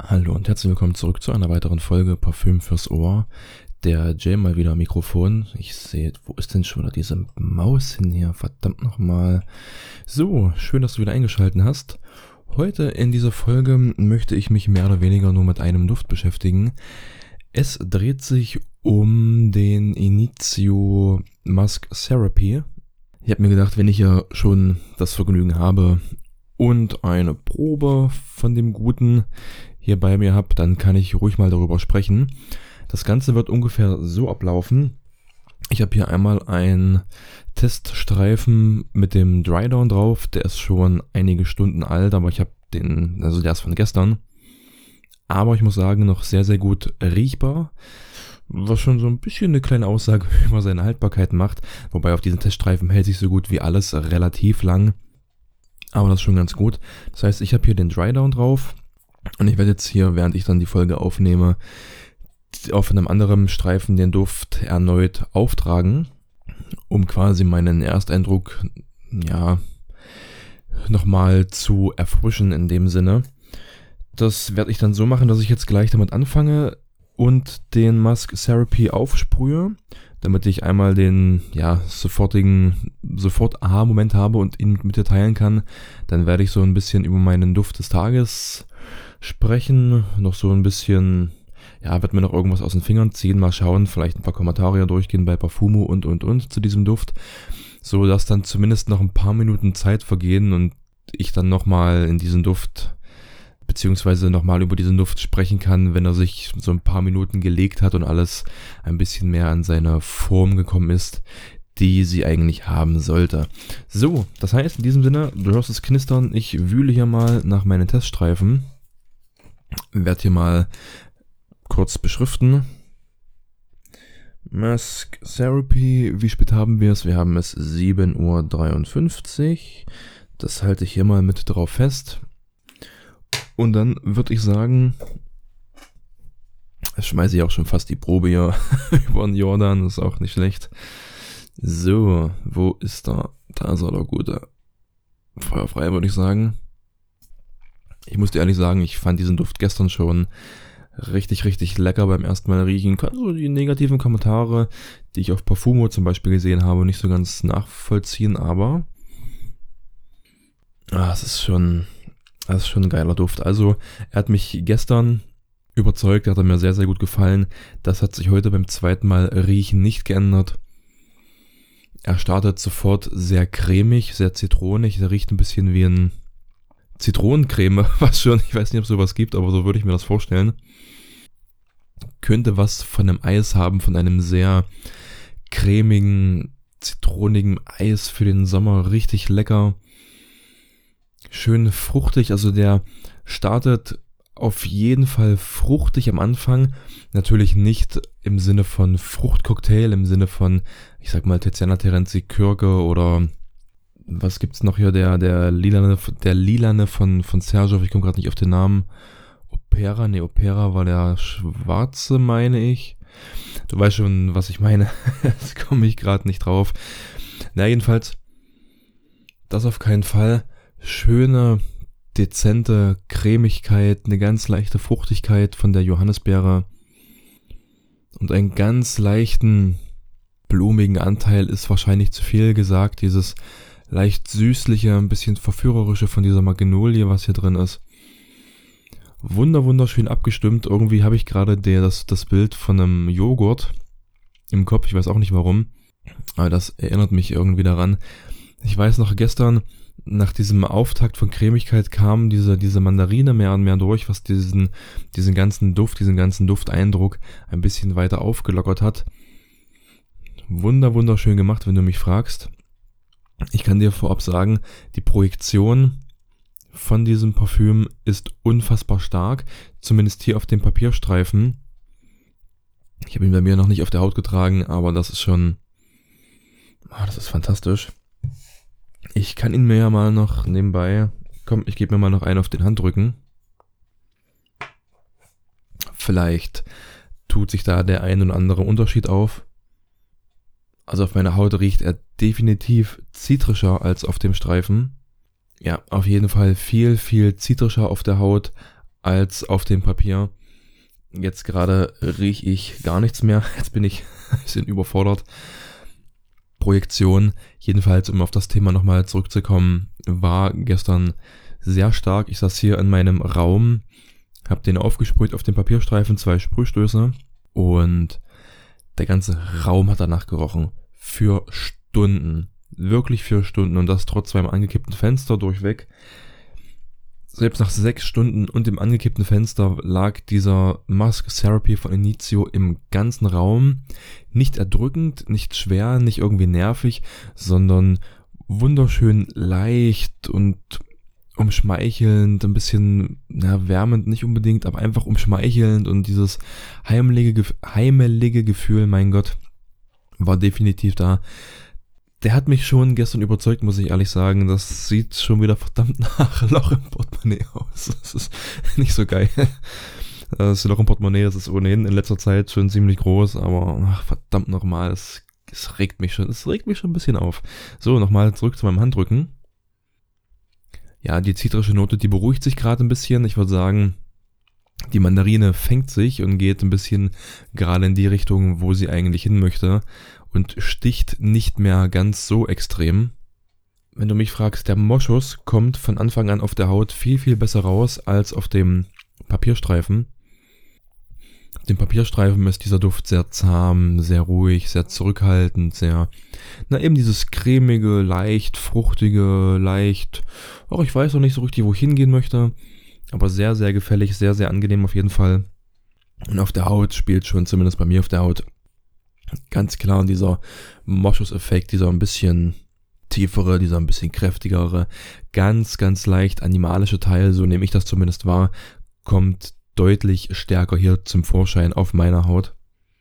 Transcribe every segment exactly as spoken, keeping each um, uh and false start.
Hallo und herzlich willkommen zurück zu einer weiteren Folge Parfüm fürs Ohr. Der Jay mal wieder am Mikrofon. Ich sehe, wo ist denn schon wieder diese Maus hin hier? Verdammt nochmal. So, schön, dass du wieder eingeschaltet hast. Heute in dieser Folge möchte ich mich mehr oder weniger nur mit einem Duft beschäftigen. Es dreht sich um den Initio Musk Therapy. Ich habe mir gedacht, wenn ich ja schon das Vergnügen habe und eine Probe von dem Guten hier bei mir habe, dann kann ich ruhig mal darüber sprechen. Das Ganze wird ungefähr so ablaufen. Ich habe hier einmal einen Teststreifen mit dem Drydown drauf. Der ist schon einige Stunden alt, aber ich habe den, also der ist von gestern. Aber ich muss sagen, noch sehr, sehr gut riechbar. Was schon so ein bisschen eine kleine Aussage über seine Haltbarkeit macht. Wobei auf diesen Teststreifen hält sich so gut wie alles relativ lang. Aber das ist schon ganz gut. Das heißt, ich habe hier den Drydown drauf. Und ich werde jetzt hier, während ich dann die Folge aufnehme, auf einem anderen Streifen den Duft erneut auftragen, um quasi meinen Ersteindruck, ja, nochmal zu erfrischen in dem Sinne. Das werde ich dann so machen, dass ich jetzt gleich damit anfange und den Musk Therapy aufsprühe, damit ich einmal den, ja, sofortigen, sofort Aha-Moment habe und ihn mit dir teilen kann. Dann werde ich so ein bisschen über meinen Duft des Tages sprechen, noch so ein bisschen, ja, wird mir noch irgendwas aus den Fingern ziehen, mal schauen, vielleicht ein paar Kommentare durchgehen bei Parfumo und und und zu diesem Duft, so dass dann zumindest noch ein paar Minuten Zeit vergehen und ich dann nochmal in diesen Duft, beziehungsweise nochmal über diesen Duft sprechen kann, wenn er sich so ein paar Minuten gelegt hat und alles ein bisschen mehr an seine Form gekommen ist, die sie eigentlich haben sollte. So, das heißt in diesem Sinne, du hörst es knistern, ich wühle hier mal nach meinen Teststreifen. Werde hier mal kurz beschriften. Musk Therapy, wie spät haben wir es? Wir haben es sieben Uhr dreiundfünfzig. Das halte ich hier mal mit drauf fest. Und dann würde ich sagen, jetzt schmeiße ich auch schon fast die Probe hier über den Jordan, das ist auch nicht schlecht. So, wo ist er? Da ist er, der Gute. Feuerfrei, würde ich sagen. Ich muss dir ehrlich sagen, ich fand diesen Duft gestern schon richtig, richtig lecker beim ersten Mal riechen. Kann so die negativen Kommentare, die ich auf Parfumo zum Beispiel gesehen habe, nicht so ganz nachvollziehen, aber ah, es ist schon, das ist schon ein geiler Duft. Also, er hat mich gestern überzeugt, hat er mir sehr, sehr gut gefallen. Das hat sich heute beim zweiten Mal riechen nicht geändert. Er startet sofort sehr cremig, sehr zitronig. Er riecht ein bisschen wie ein Zitronencreme, was schon, ich weiß nicht, ob es sowas gibt, aber so würde ich mir das vorstellen. Könnte was von einem Eis haben, von einem sehr cremigen, zitronigen Eis für den Sommer, richtig lecker. Schön fruchtig, also der startet auf jeden Fall fruchtig am Anfang. Natürlich nicht im Sinne von Fruchtcocktail, im Sinne von, ich sag mal, Tiziana Terenzi Kirke oder was gibt's noch hier, der der lilane, der lilane von von Sergio, ich komme gerade nicht auf den Namen. Opera, ne, Opera war der schwarze, meine ich. Du weißt schon, was ich meine. Jetzt komme ich gerade nicht drauf. Na, jedenfalls, das auf keinen Fall. Schöne, dezente Cremigkeit, eine ganz leichte Fruchtigkeit von der Johannisbeere und einen ganz leichten, blumigen Anteil ist wahrscheinlich zu viel gesagt. Dieses leicht süßliche, ein bisschen verführerische von dieser Magnolie, was hier drin ist. Wunder, wunderschön abgestimmt. Irgendwie habe ich gerade der, das, das Bild von einem Joghurt im Kopf. Ich weiß auch nicht warum. Aber das erinnert mich irgendwie daran. Ich weiß noch, gestern nach diesem Auftakt von Cremigkeit kam diese, diese Mandarine mehr und mehr durch, was diesen, diesen ganzen Duft, diesen ganzen Dufteindruck ein bisschen weiter aufgelockert hat. Wunder, wunderschön gemacht, wenn du mich fragst. Ich kann dir vorab sagen, die Projektion von diesem Parfüm ist unfassbar stark, zumindest hier auf dem Papierstreifen. Ich habe ihn bei mir noch nicht auf der Haut getragen, aber das ist schon, oh, das ist fantastisch. Ich kann ihn mir ja mal noch nebenbei, komm, ich gebe mir mal noch einen auf den Handrücken. Vielleicht tut sich da der ein oder andere Unterschied auf. Also auf meiner Haut riecht er definitiv zitrischer als auf dem Streifen. Ja, auf jeden Fall viel, viel zitrischer auf der Haut als auf dem Papier. Jetzt gerade rieche ich gar nichts mehr. Jetzt bin ich ein bisschen überfordert. Projektion, jedenfalls, um auf das Thema nochmal zurückzukommen, war gestern sehr stark. Ich saß hier in meinem Raum, habe den aufgesprüht auf den Papierstreifen, zwei Sprühstöße und der ganze Raum hat danach gerochen. Für Stunden. Wirklich für Stunden und das trotz meinem angekippten Fenster durchweg. Selbst nach sechs Stunden und dem angekippten Fenster lag dieser Musk Therapy von Initio im ganzen Raum. Nicht erdrückend, nicht schwer, nicht irgendwie nervig, sondern wunderschön leicht und umschmeichelnd, ein bisschen, na, wärmend nicht unbedingt, aber einfach umschmeichelnd und dieses heimelige, heimelige Gefühl, mein Gott, war definitiv da. Der hat mich schon gestern überzeugt, muss ich ehrlich sagen. Das sieht schon wieder verdammt nach Loch im Portemonnaie aus. Das ist nicht so geil. Das Loch im Portemonnaie, das ist ohnehin in letzter Zeit schon ziemlich groß, aber ach, verdammt nochmal, es, es regt mich schon, es regt mich schon ein bisschen auf. So, nochmal zurück zu meinem Handrücken. Ja, die zitrische Note, die beruhigt sich gerade ein bisschen. Ich würde sagen, die Mandarine fängt sich und geht ein bisschen gerade in die Richtung, wo sie eigentlich hin möchte und sticht nicht mehr ganz so extrem. Wenn du mich fragst, der Moschus kommt von Anfang an auf der Haut viel, viel besser raus als auf dem Papierstreifen. Auf dem Papierstreifen ist dieser Duft sehr zahm, sehr ruhig, sehr zurückhaltend, sehr, na eben dieses cremige, leicht fruchtige, leicht, auch ich weiß noch nicht so richtig, wo ich hingehen möchte, aber sehr, sehr gefällig, sehr, sehr angenehm auf jeden Fall. Und auf der Haut spielt schon, zumindest bei mir auf der Haut, ganz klar dieser Moschus-Effekt, dieser ein bisschen tiefere, dieser ein bisschen kräftigere, ganz, ganz leicht animalische Teil, so nehme ich das zumindest wahr, kommt deutlich stärker hier zum Vorschein auf meiner Haut.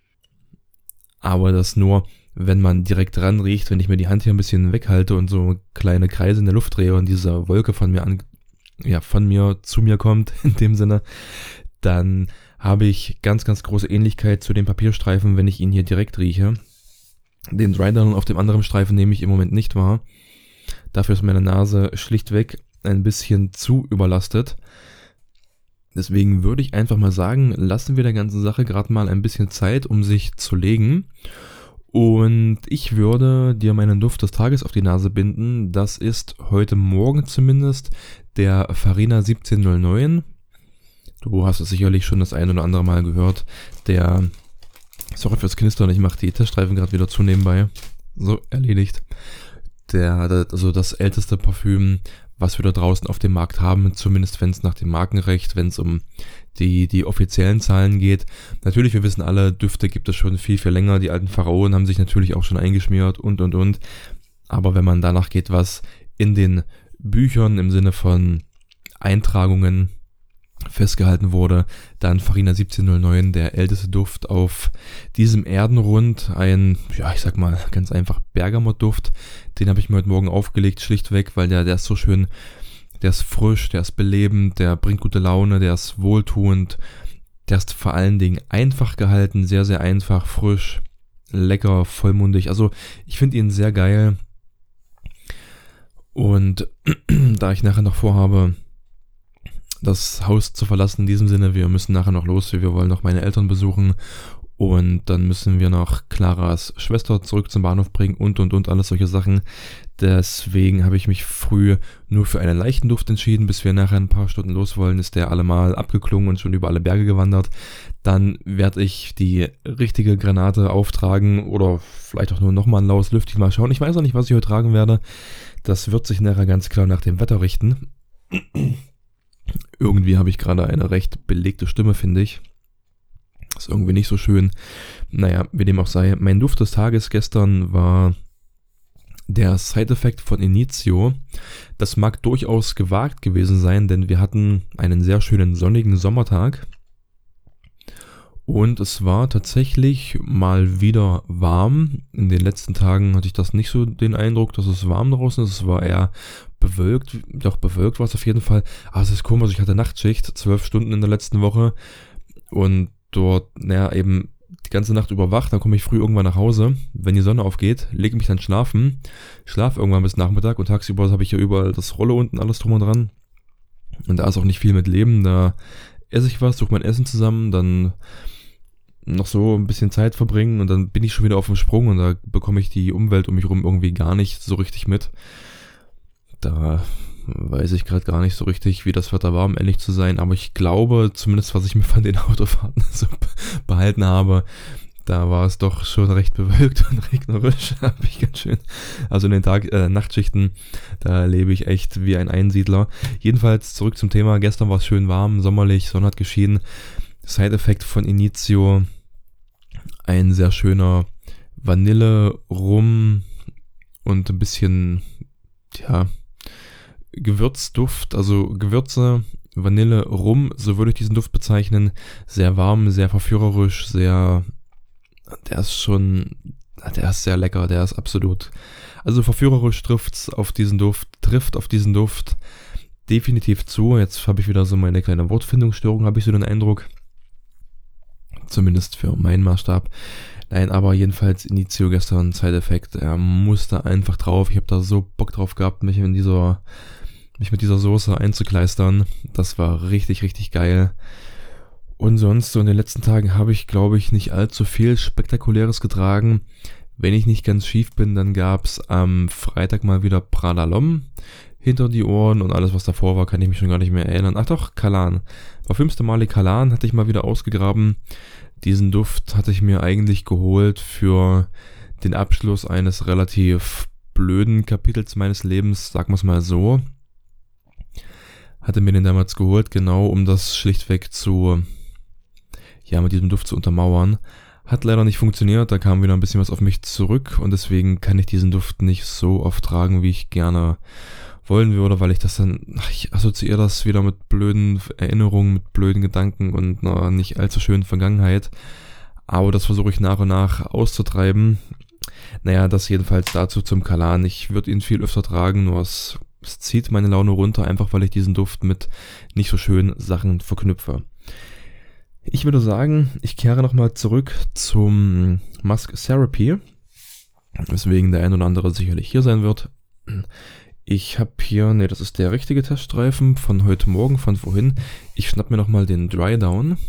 Aber das nur, wenn man direkt dran riecht, wenn ich mir die Hand hier ein bisschen weghalte und so kleine Kreise in der Luft drehe und diese Wolke von mir an, ja, von mir zu mir kommt, in dem Sinne, dann habe ich ganz, ganz große Ähnlichkeit zu dem Papierstreifen, wenn ich ihn hier direkt rieche. Den Drydown auf dem anderen Streifen nehme ich im Moment nicht wahr. Dafür ist meine Nase schlichtweg ein bisschen zu überlastet. Deswegen würde ich einfach mal sagen, lassen wir der ganzen Sache gerade mal ein bisschen Zeit, um sich zu legen. Und ich würde dir meinen Duft des Tages auf die Nase binden. Das ist heute Morgen zumindest der Farina siebzehn null neun. Du hast es sicherlich schon das ein oder andere Mal gehört. Der, sorry fürs Knistern, ich mache die Teststreifen gerade wieder zu nebenbei. So, erledigt. Der, also das älteste Parfüm, was wir da draußen auf dem Markt haben, zumindest wenn es nach dem Markenrecht, wenn es um die, die offiziellen Zahlen geht. Natürlich, wir wissen alle, Düfte gibt es schon viel, viel länger. Die alten Pharaonen haben sich natürlich auch schon eingeschmiert und, und, und. Aber wenn man danach geht, was in den Büchern im Sinne von Eintragungen festgehalten wurde, dann Farina siebzehn null neun, der älteste Duft auf diesem Erdenrund, ein, ja, ich sag mal, ganz einfach Bergamot-Duft, den habe ich mir heute Morgen aufgelegt, schlichtweg, weil der, der ist so schön, der ist frisch, der ist belebend, der bringt gute Laune, der ist wohltuend, der ist vor allen Dingen einfach gehalten, sehr, sehr einfach, frisch, lecker, vollmundig, also ich finde ihn sehr geil und da ich nachher noch vorhabe, das Haus zu verlassen, in diesem Sinne, wir müssen nachher noch los, wir wollen noch meine Eltern besuchen und dann müssen wir noch Claras Schwester zurück zum Bahnhof bringen und und und alles solche Sachen. Deswegen habe ich mich früh nur für einen leichten Duft entschieden, bis wir nachher ein paar Stunden los wollen, ist der allemal abgeklungen und schon über alle Berge gewandert. Dann werde ich die richtige Granate auftragen oder vielleicht auch nur nochmal ein laues Lüftchen mal schauen. Ich weiß noch nicht, was ich heute tragen werde. Das wird sich nachher ganz klar nach dem Wetter richten. Irgendwie habe ich gerade eine recht belegte Stimme, finde ich. Ist irgendwie nicht so schön. Naja, wie dem auch sei. Mein Duft des Tages gestern war der Side-Effekt von Initio. Das mag durchaus gewagt gewesen sein, denn wir hatten einen sehr schönen sonnigen Sommertag. Und es war tatsächlich mal wieder warm. In den letzten Tagen hatte ich das nicht so den Eindruck, dass es warm draußen ist. Es war eher bewölkt, doch bewölkt war es auf jeden Fall. Aber es ist komisch, ich hatte Nachtschicht, zwölf Stunden in der letzten Woche und dort, naja, eben die ganze Nacht über wach. Dann komme ich früh irgendwann nach Hause, wenn die Sonne aufgeht, lege mich dann schlafen, schlafe irgendwann bis Nachmittag und tagsüber habe ich ja überall das Rolle unten, alles drum und dran. Und da ist auch nicht viel mit Leben, da esse ich was, suche mein Essen zusammen, dann noch so ein bisschen Zeit verbringen und dann bin ich schon wieder auf dem Sprung und da bekomme ich die Umwelt um mich herum irgendwie gar nicht so richtig mit. Da weiß ich gerade gar nicht so richtig, wie das Wetter war, um ehrlich zu sein, aber ich glaube, zumindest was ich mir von den Autofahrten so behalten habe, da war es doch schon recht bewölkt und regnerisch, habe ich ganz schön. Also in den Tag, äh, Nachtschichten, da lebe ich echt wie ein Einsiedler. Jedenfalls zurück zum Thema. Gestern war es schön warm, sommerlich, Sonne hat geschienen. Side-Effekt von Initio, ein sehr schöner Vanille-Rum und ein bisschen, ja, Gewürzduft, also Gewürze, Vanille, Rum, so würde ich diesen Duft bezeichnen. Sehr warm, sehr verführerisch, sehr... Der ist schon, der ist sehr lecker, der ist absolut, also verführerisch trifft's auf diesen Duft, trifft auf diesen Duft definitiv zu. Jetzt habe ich wieder so meine kleine Wortfindungsstörung, habe ich so den Eindruck. Zumindest für meinen Maßstab. Nein, aber jedenfalls Initio gestern, Side-Effekt, er musste einfach drauf. Ich habe da so Bock drauf gehabt, mich in dieser, mich mit dieser Soße einzukleistern. Das war richtig, richtig geil. Und sonst, so in den letzten Tagen habe ich, glaube ich, nicht allzu viel Spektakuläres getragen. Wenn ich nicht ganz schief bin, dann gab es am Freitag mal wieder Pradalom hinter die Ohren und alles, was davor war, kann ich mich schon gar nicht mehr erinnern. Ach doch, Kalan. Parfümste Mali Kalan hatte ich mal wieder ausgegraben. Diesen Duft hatte ich mir eigentlich geholt für den Abschluss eines relativ blöden Kapitels meines Lebens, sagen wir es mal so. Hatte mir den damals geholt, genau um das schlichtweg zu... ja, mit diesem Duft zu untermauern. Hat leider nicht funktioniert, da kam wieder ein bisschen was auf mich zurück und deswegen kann ich diesen Duft nicht so oft tragen, wie ich gerne wollen würde, weil ich das dann, ach, ich assoziiere das wieder mit blöden Erinnerungen, mit blöden Gedanken und einer nicht allzu schönen Vergangenheit. Aber das versuche ich nach und nach auszutreiben. Naja, das jedenfalls dazu zum Kalan. Ich würde ihn viel öfter tragen, nur es, es zieht meine Laune runter, einfach weil ich diesen Duft mit nicht so schönen Sachen verknüpfe. Ich würde sagen, ich kehre nochmal zurück zum Musk Therapy, weswegen der ein oder andere sicherlich hier sein wird. Ich habe hier, ne, das ist der richtige Teststreifen von heute Morgen, von vorhin. Ich schnapp mir nochmal den Dry Down.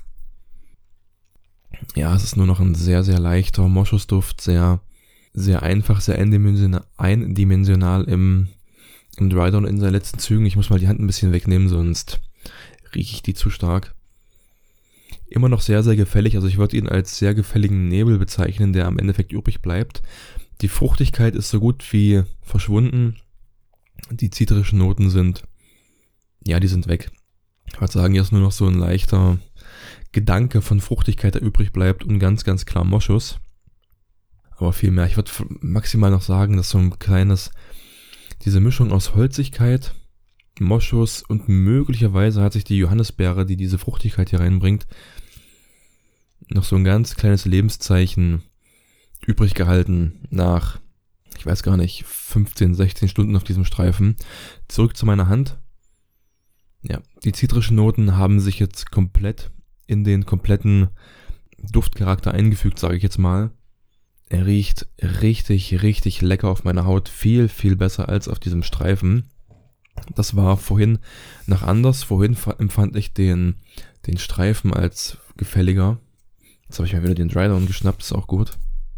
Ja, es ist nur noch ein sehr, sehr leichter Moschusduft, sehr, sehr einfach, sehr eindimensional, eindimensional im, im Dry Down in seinen letzten Zügen. Ich muss mal die Hand ein bisschen wegnehmen, sonst rieche ich die zu stark. Immer noch sehr, sehr gefällig, also ich würde ihn als sehr gefälligen Nebel bezeichnen, der am Endeffekt übrig bleibt. Die Fruchtigkeit ist so gut wie verschwunden. Die zitrischen Noten sind, ja, die sind weg. Ich würde sagen, hier ist nur noch so ein leichter Gedanke von Fruchtigkeit, der übrig bleibt und ganz, ganz klar Moschus. Aber viel mehr. Ich würde maximal noch sagen, dass so ein kleines, diese Mischung aus Holzigkeit, Moschus und möglicherweise hat sich die Johannisbeere, die diese Fruchtigkeit hier reinbringt, noch so ein ganz kleines Lebenszeichen übrig gehalten nach, ich weiß gar nicht, fünfzehn, sechzehn Stunden auf diesem Streifen. Zurück zu meiner Hand. Ja, die zitrischen Noten haben sich jetzt komplett in den kompletten Duftcharakter eingefügt, sage ich jetzt mal. Er riecht richtig, richtig lecker auf meiner Haut. Viel, viel besser als auf diesem Streifen. Das war vorhin noch anders. Vorhin empfand ich den, den Streifen als gefälliger. Jetzt habe ich mir wieder den Dry Down geschnappt, ist auch gut.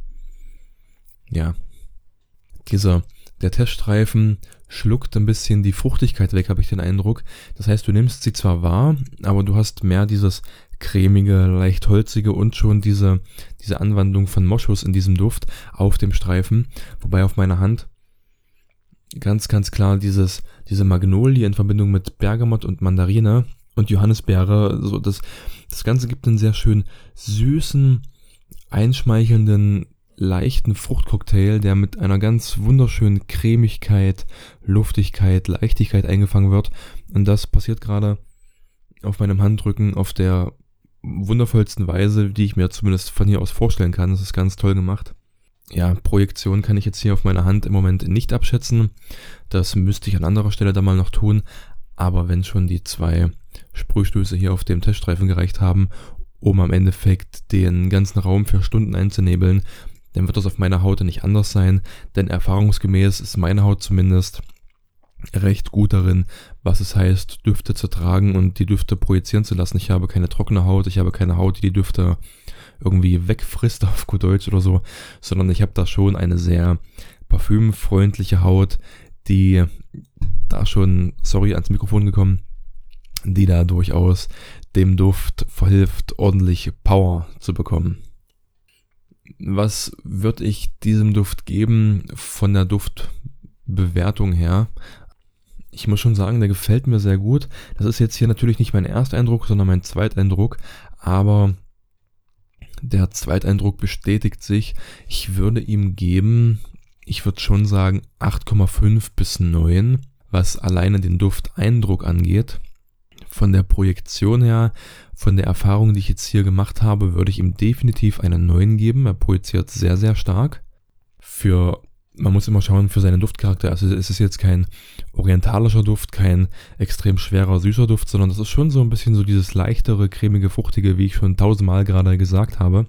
Ja, dieser, der Teststreifen schluckt ein bisschen die Fruchtigkeit weg, habe ich den Eindruck. Das heißt, du nimmst sie zwar wahr, aber du hast mehr dieses cremige, leicht holzige und schon diese, diese Anwandlung von Moschus in diesem Duft auf dem Streifen. Wobei auf meiner Hand ganz, ganz klar dieses, diese Magnolie in Verbindung mit Bergamott und Mandarine und Johannisbeere, so das, das Ganze gibt einen sehr schön süßen, einschmeichelnden, leichten Fruchtcocktail, der mit einer ganz wunderschönen Cremigkeit, Luftigkeit, Leichtigkeit eingefangen wird. Und das passiert gerade auf meinem Handrücken auf der wundervollsten Weise, die ich mir zumindest von hier aus vorstellen kann. Das ist ganz toll gemacht. Ja, Projektion kann ich jetzt hier auf meiner Hand im Moment nicht abschätzen. Das müsste ich an anderer Stelle da mal noch tun. Aber wenn schon die zwei Sprühstöße hier auf dem Teststreifen gereicht haben, um am Endeffekt den ganzen Raum für Stunden einzunebeln, dann wird das auf meiner Haut nicht anders sein. Denn erfahrungsgemäß ist meine Haut zumindest recht gut darin, was es heißt, Düfte zu tragen und die Düfte projizieren zu lassen. Ich habe keine trockene Haut, ich habe keine Haut, die die Düfte irgendwie wegfrisst auf gut Deutsch oder so, sondern ich habe da schon eine sehr parfümfreundliche Haut, die da schon, sorry, ans Mikrofon gekommen, die da durchaus dem Duft verhilft, ordentlich Power zu bekommen. Was würde ich diesem Duft geben von der Duftbewertung her? Ich muss schon sagen, der gefällt mir sehr gut. Das ist jetzt hier natürlich nicht mein Ersteindruck, sondern mein Zweiteindruck, aber der Zweiteindruck bestätigt sich. Ich würde ihm geben, ich würde schon sagen acht Komma fünf bis neun, was alleine den Dufteindruck angeht. Von der Projektion her, von der Erfahrung, die ich jetzt hier gemacht habe, würde ich ihm definitiv eine neun geben. Er projiziert sehr, sehr stark. Für, man muss immer schauen, für seinen Duftcharakter. Also es ist jetzt kein orientalischer Duft, kein extrem schwerer, süßer Duft, sondern das ist schon so ein bisschen so dieses leichtere, cremige, fruchtige, wie ich schon tausendmal gerade gesagt habe.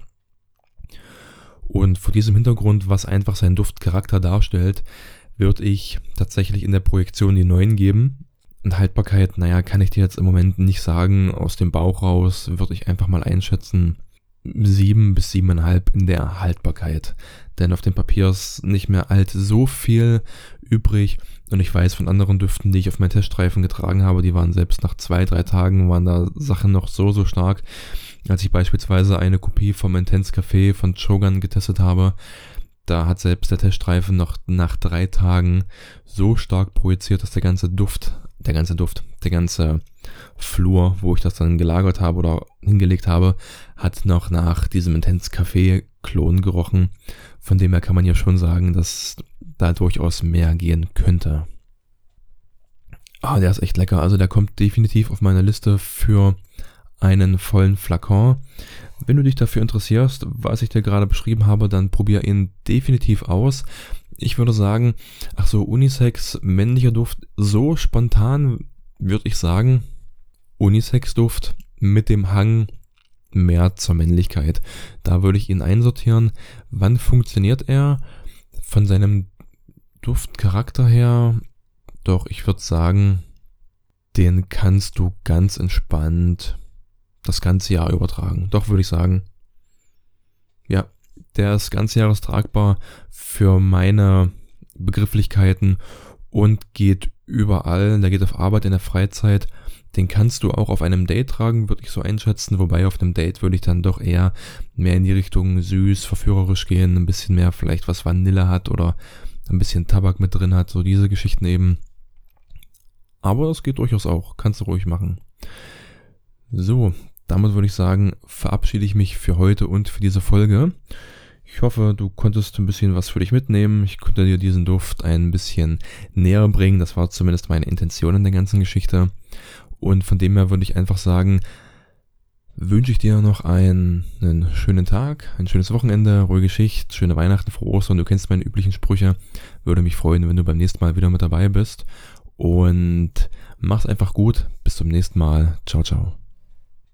Und vor diesem Hintergrund, was einfach seinen Duftcharakter darstellt, würde ich tatsächlich in der Projektion die neun geben. Und Haltbarkeit, naja, kann ich dir jetzt im Moment nicht sagen. Aus dem Bauch raus würde ich einfach mal einschätzen, sieben bis sieben Komma fünf in der Haltbarkeit. Denn auf dem Papier ist nicht mehr alt so viel übrig. Und ich weiß von anderen Düften, die ich auf meinen Teststreifen getragen habe, die waren selbst nach zwei, drei Tagen, waren da Sachen noch so, so stark. Als ich beispielsweise eine Kopie vom Intense Café von Shogun getestet habe, da hat selbst der Teststreifen noch nach drei Tagen so stark projiziert, dass der ganze Duft, der ganze Duft, der ganze Flur, wo ich das dann gelagert habe oder hingelegt habe, hat noch nach diesem Intense Café Klon gerochen. Von dem her kann man ja schon sagen, dass da durchaus mehr gehen könnte. Ah, der ist echt lecker. Also der kommt definitiv auf meine Liste für einen vollen Flakon. Wenn du dich dafür interessierst, was ich dir gerade beschrieben habe, dann probier ihn definitiv aus. Ich würde sagen, ach so, Unisex, männlicher Duft, so spontan würde ich sagen, Unisex-Duft mit dem Hang mehr zur Männlichkeit. Da würde ich ihn einsortieren. Wann funktioniert er? Von seinem Duftcharakter her, doch ich würde sagen, den kannst du ganz entspannt das ganze Jahr übertragen. Doch, würde ich sagen. Ja, der ist ganz jahrestragbar für meine Begrifflichkeiten und geht überall. Der geht auf Arbeit, in der Freizeit. Den kannst du auch auf einem Date tragen, würde ich so einschätzen. Wobei auf einem Date würde ich dann doch eher mehr in die Richtung süß, verführerisch gehen. Ein bisschen mehr vielleicht was Vanille hat oder ein bisschen Tabak mit drin hat. So diese Geschichten eben. Aber das geht durchaus auch. Kannst du ruhig machen. So, damit würde ich sagen, verabschiede ich mich für heute und für diese Folge. Ich hoffe, du konntest ein bisschen was für dich mitnehmen. Ich konnte dir diesen Duft ein bisschen näher bringen. Das war zumindest meine Intention in der ganzen Geschichte. Und von dem her würde ich einfach sagen, wünsche ich dir noch einen, einen schönen Tag, ein schönes Wochenende, ruhige Schicht, schöne Weihnachten, frohe Ostern. Du kennst meine üblichen Sprüche. Würde mich freuen, wenn du beim nächsten Mal wieder mit dabei bist. Und mach's einfach gut. Bis zum nächsten Mal. Ciao, ciao.